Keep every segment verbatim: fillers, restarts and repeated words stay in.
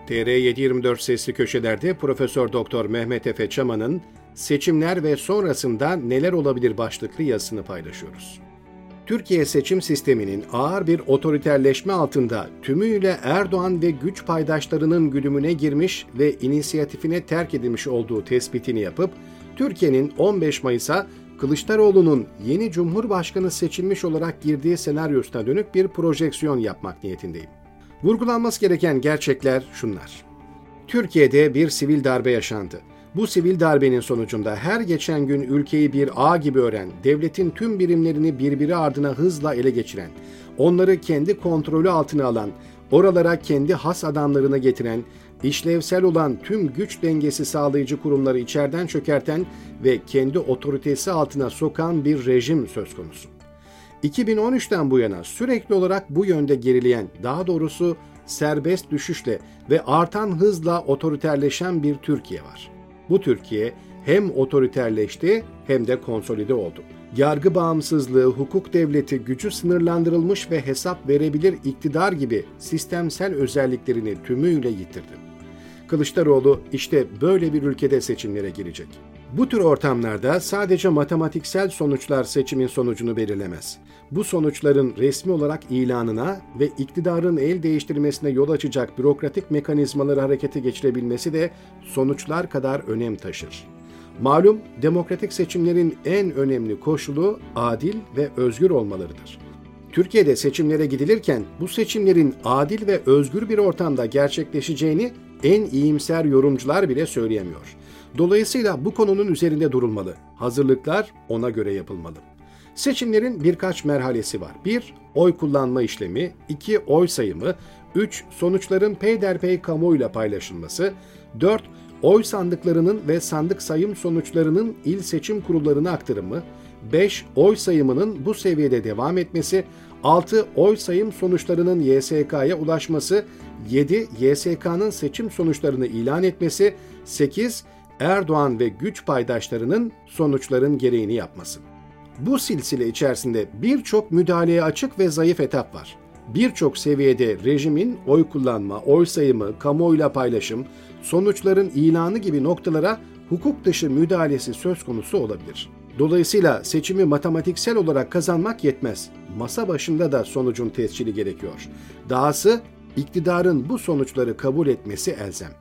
T R yedi yirmi dört Sesli Köşeler'de Profesör Doktor Mehmet Efe Çaman'ın "Seçimler ve sonrasında neler olabilir?" başlıklı yazısını paylaşıyoruz. Türkiye seçim sisteminin ağır bir otoriterleşme altında tümüyle Erdoğan ve güç paydaşlarının güdümüne girmiş ve inisiyatifine terk edilmiş olduğu tespitini yapıp, Türkiye'nin on beş Mayıs'a Kılıçdaroğlu'nun yeni Cumhurbaşkanı seçilmiş olarak girdiği senaryosuna dönük bir projeksiyon yapmak niyetindeyim. Vurgulanması gereken gerçekler şunlar. Türkiye'de bir sivil darbe yaşandı. Bu sivil darbenin sonucunda her geçen gün ülkeyi bir ağ gibi ören, devletin tüm birimlerini birbiri ardına hızla ele geçiren, onları kendi kontrolü altına alan, oralara kendi has adamlarını getiren, işlevsel olan tüm güç dengesi sağlayıcı kurumları içeriden çökerten ve kendi otoritesi altına sokan bir rejim söz konusu. iki bin on üçten bu yana sürekli olarak bu yönde gerileyen, daha doğrusu serbest düşüşle ve artan hızla otoriterleşen bir Türkiye var. Bu Türkiye hem otoriterleşti hem de konsolide oldu. Yargı bağımsızlığı, hukuk devleti, gücü sınırlandırılmış ve hesap verebilir iktidar gibi sistemsel özelliklerini tümüyle yitirdi. Kılıçdaroğlu işte böyle bir ülkede seçimlere girecek. Bu tür ortamlarda sadece matematiksel sonuçlar seçimin sonucunu belirlemez. Bu sonuçların resmi olarak ilanına ve iktidarın el değiştirmesine yol açacak bürokratik mekanizmaları harekete geçirebilmesi de sonuçlar kadar önem taşır. Malum, demokratik seçimlerin en önemli koşulu adil ve özgür olmalarıdır. Türkiye'de seçimlere gidilirken bu seçimlerin adil ve özgür bir ortamda gerçekleşeceğini en iyimser yorumcular bile söyleyemiyor. Dolayısıyla bu konunun üzerinde durulmalı. Hazırlıklar ona göre yapılmalı. Seçimlerin birkaç merhalesi var. bir Oy kullanma işlemi, iki Oy sayımı, üç Sonuçların peyderpey kamuoyuyla paylaşılması, dört Oy sandıklarının ve sandık sayım sonuçlarının il seçim kurullarına aktarımı, beş Oy sayımının bu seviyede devam etmesi, altı Oy sayım sonuçlarının Y S K'ya ulaşması, yedi Y S K'nın seçim sonuçlarını ilan etmesi, sekiz Erdoğan ve güç paydaşlarının sonuçların gereğini yapması. Bu silsile içerisinde birçok müdahaleye açık ve zayıf etap var. Birçok seviyede rejimin oy kullanma, oy sayımı, kamuoyuyla paylaşım, sonuçların ilanı gibi noktalara hukuk dışı müdahalesi söz konusu olabilir. Dolayısıyla seçimi matematiksel olarak kazanmak yetmez. Masa başında da sonucun tescili gerekiyor. Dahası iktidarın bu sonuçları kabul etmesi elzem.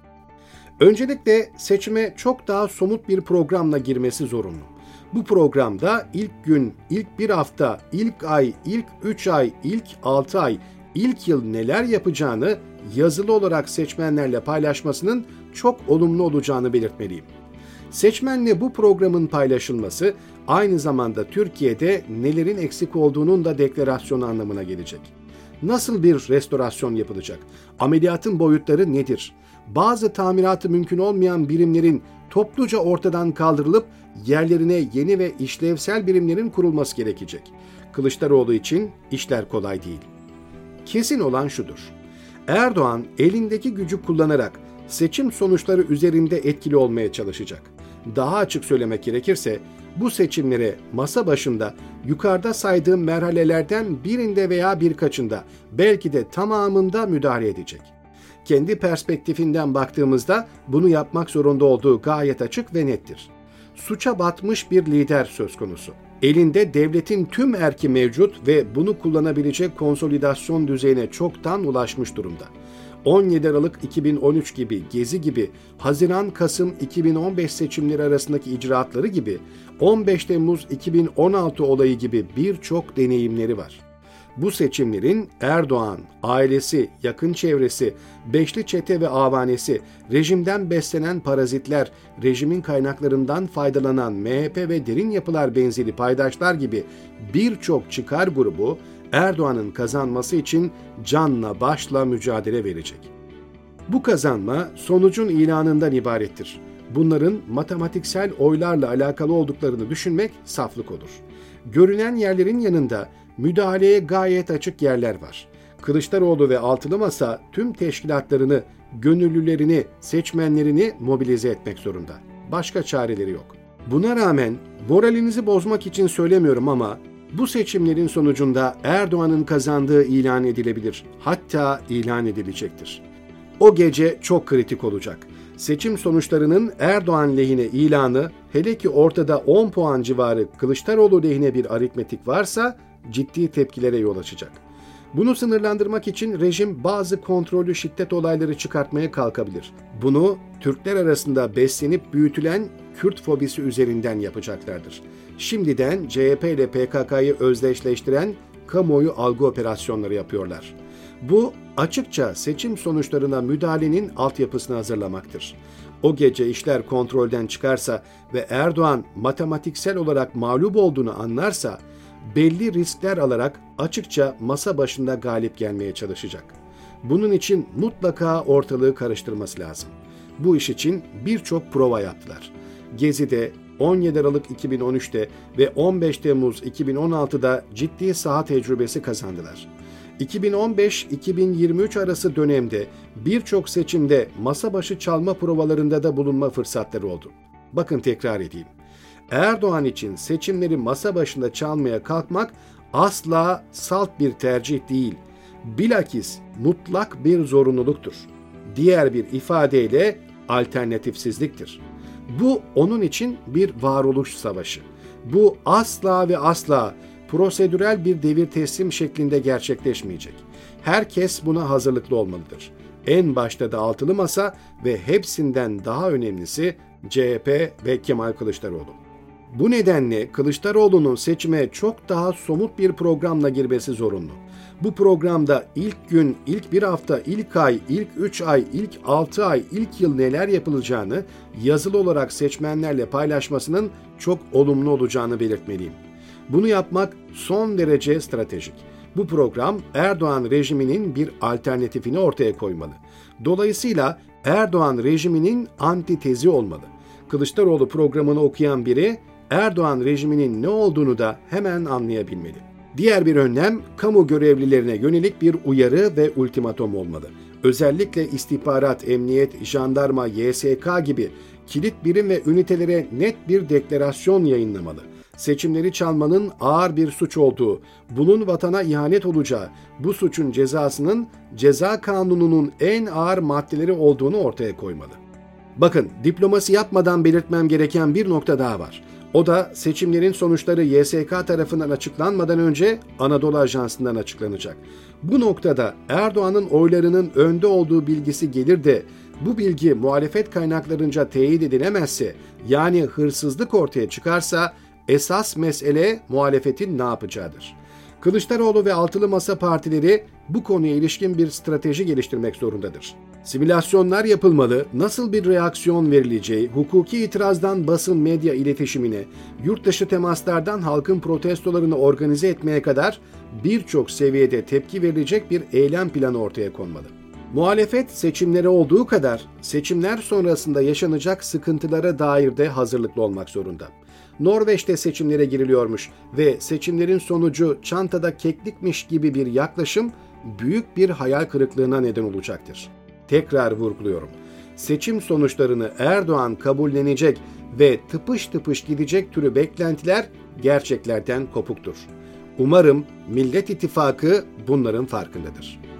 Öncelikle seçime çok daha somut bir programla girmesi zorunlu. Bu programda ilk gün, ilk bir hafta, ilk ay, ilk üç ay, ilk altı ay, ilk yıl neler yapacağını yazılı olarak seçmenlerle paylaşmasının çok olumlu olacağını belirtmeliyim. Seçmenle bu programın paylaşılması aynı zamanda Türkiye'de nelerin eksik olduğunun da deklarasyonu anlamına gelecek. Nasıl bir restorasyon yapılacak? Ameliyatın boyutları nedir? Bazı tamiratı mümkün olmayan birimlerin topluca ortadan kaldırılıp yerlerine yeni ve işlevsel birimlerin kurulması gerekecek. Kılıçdaroğlu için işler kolay değil. Kesin olan şudur. Erdoğan elindeki gücü kullanarak seçim sonuçları üzerinde etkili olmaya çalışacak. Daha açık söylemek gerekirse bu seçimlere masa başında yukarıda saydığım merhalelerden birinde veya birkaçında, belki de tamamında müdahale edecek. Kendi perspektifinden baktığımızda bunu yapmak zorunda olduğu gayet açık ve nettir. Suça batmış bir lider söz konusu. Elinde devletin tüm erki mevcut ve bunu kullanabilecek konsolidasyon düzeyine çoktan ulaşmış durumda. on yedi Aralık iki bin on üç gibi, Gezi gibi, Haziran-Kasım iki bin on beş seçimleri arasındaki icraatları gibi, on beş Temmuz iki bin on altı olayı gibi birçok deneyimleri var. Bu seçimlerin Erdoğan, ailesi, yakın çevresi, beşli çete ve avanesi, rejimden beslenen parazitler, rejimin kaynaklarından faydalanan M H P ve derin yapılar benzeri paydaşlar gibi birçok çıkar grubu Erdoğan'ın kazanması için canla başla mücadele verecek. Bu kazanma sonucun ilanından ibarettir. Bunların matematiksel oylarla alakalı olduklarını düşünmek saflık olur. Görünen yerlerin yanında müdahaleye gayet açık yerler var. Kılıçdaroğlu ve Altılı Masa tüm teşkilatlarını, gönüllülerini, seçmenlerini mobilize etmek zorunda. Başka çareleri yok. Buna rağmen moralinizi bozmak için söylemiyorum ama bu seçimlerin sonucunda Erdoğan'ın kazandığı ilan edilebilir. Hatta ilan edilecektir. O gece çok kritik olacak. Seçim sonuçlarının Erdoğan lehine ilanı, hele ki ortada on puan civarı Kılıçdaroğlu lehine bir aritmetik varsa ciddi tepkilere yol açacak. Bunu sınırlandırmak için rejim bazı kontrollü şiddet olayları çıkartmaya kalkabilir. Bunu Türkler arasında beslenip büyütülen Kürt fobisi üzerinden yapacaklardır. Şimdiden C H P ile P K K'yı özdeşleştiren kamuoyu algı operasyonları yapıyorlar. Bu açıkça seçim sonuçlarına müdahalenin altyapısını hazırlamaktır. O gece işler kontrolden çıkarsa ve Erdoğan matematiksel olarak mağlup olduğunu anlarsa, belli riskler alarak açıkça masa başında galip gelmeye çalışacak. Bunun için mutlaka ortalığı karıştırması lazım. Bu iş için birçok prova yaptılar. Gezi'de, on yedi Aralık iki bin on üçte ve on beş Temmuz iki bin on altıda ciddi saha tecrübesi kazandılar. iki bin on beş iki bin yirmi üç arası dönemde birçok seçimde masa başı çalma provalarında da bulunma fırsatları oldu. Bakın tekrar edeyim. Erdoğan için seçimleri masa başında çalmaya kalkmak asla salt bir tercih değil, bilakis mutlak bir zorunluluktur. Diğer bir ifadeyle alternatifsizliktir. Bu onun için bir varoluş savaşı. Bu asla ve asla prosedürel bir devir teslim şeklinde gerçekleşmeyecek. Herkes buna hazırlıklı olmalıdır. En başta da altılı masa ve hepsinden daha önemlisi C H P ve Kemal Kılıçdaroğlu. Bu nedenle Kılıçdaroğlu'nun seçime çok daha somut bir programla girmesi zorunlu. Bu programda ilk gün, ilk bir hafta, ilk ay, ilk üç ay, ilk altı ay, ilk yıl neler yapılacağını yazılı olarak seçmenlerle paylaşmasının çok olumlu olacağını belirtmeliyim. Bunu yapmak son derece stratejik. Bu program Erdoğan rejiminin bir alternatifini ortaya koymalı. Dolayısıyla Erdoğan rejiminin antitezi olmalı. Kılıçdaroğlu programını okuyan biri Erdoğan rejiminin ne olduğunu da hemen anlayabilmeli. Diğer bir önlem, kamu görevlilerine yönelik bir uyarı ve ultimatom olmalı. Özellikle istihbarat, emniyet, jandarma, Y S K gibi kilit birim ve ünitelere net bir deklarasyon yayınlamalı. Seçimleri çalmanın ağır bir suç olduğu, bunun vatana ihanet olacağı, bu suçun cezasının ceza kanununun en ağır maddeleri olduğunu ortaya koymalı. Bakın, diplomasi yapmadan belirtmem gereken bir nokta daha var. O da seçimlerin sonuçları Y S K tarafından açıklanmadan önce Anadolu Ajansı'ndan açıklanacak. Bu noktada Erdoğan'ın oylarının önde olduğu bilgisi gelir de bu bilgi muhalefet kaynaklarınca teyit edilemezse, yani hırsızlık ortaya çıkarsa esas mesele muhalefetin ne yapacağıdır. Kılıçdaroğlu ve altılı masa partileri bu konuya ilişkin bir strateji geliştirmek zorundadır. Simülasyonlar yapılmalı, nasıl bir reaksiyon verileceği, hukuki itirazdan basın medya iletişimine, yurt dışı temaslardan halkın protestolarını organize etmeye kadar birçok seviyede tepki verilecek bir eylem planı ortaya konmalı. Muhalefet seçimlere olduğu kadar seçimler sonrasında yaşanacak sıkıntılara dair de hazırlıklı olmak zorunda. Norveç'te seçimlere giriliyormuş ve seçimlerin sonucu çantada keklikmiş gibi bir yaklaşım büyük bir hayal kırıklığına neden olacaktır. Tekrar vurguluyorum. Seçim sonuçlarını Erdoğan kabullenecek ve tıpış tıpış gidecek türü beklentiler gerçeklerden kopuktur. Umarım Millet İttifakı bunların farkındadır.